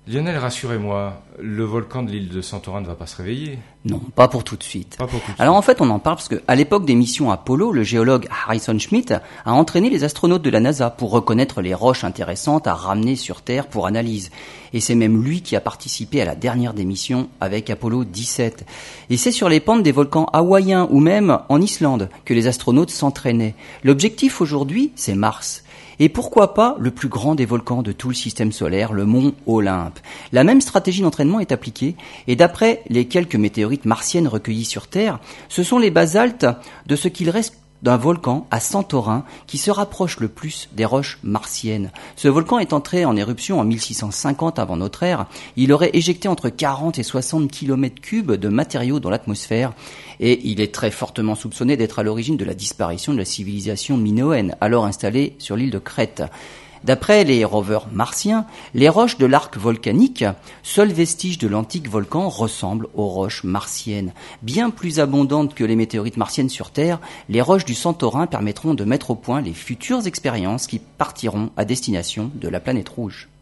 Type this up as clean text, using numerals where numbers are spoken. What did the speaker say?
Lionel, rassurez-moi, le volcan de l'île de Santorin ne va pas se réveiller? Non, pas pour tout de suite. Pas pour tout de suite. Alors en fait, on en parle parce qu'à l'époque des missions Apollo, le géologue Harrison Schmitt a entraîné les astronautes de la NASA pour reconnaître les roches intéressantes à ramener sur Terre pour analyse. Et c'est même lui qui a participé à la dernière des missions avec Apollo 17. Et c'est sur les pentes des volcans hawaïens ou même en Islande que les astronautes s'entraînaient. L'objectif aujourd'hui, c'est Mars. Et pourquoi pas le plus grand des volcans de tout le système solaire, le mont Olympe. La même stratégie d'entraînement est appliquée, et d'après les quelques météorites martiennes recueillies sur Terre, ce sont les basaltes de ce qu'il reste d'un volcan à Santorin qui se rapproche le plus des roches martiennes. Ce volcan est entré en éruption en 1650 avant notre ère. Il aurait éjecté entre 40 et 60 km3 de matériaux dans l'atmosphère et il est très fortement soupçonné d'être à l'origine de la disparition de la civilisation minoenne, alors installée sur l'île de Crète. D'après les rovers martiens, les roches de l'arc volcanique, seul vestige de l'antique volcan, ressemblent aux roches martiennes. Bien plus abondantes que les météorites martiennes sur Terre, les roches du Santorin permettront de mettre au point les futures expériences qui partiront à destination de la planète rouge.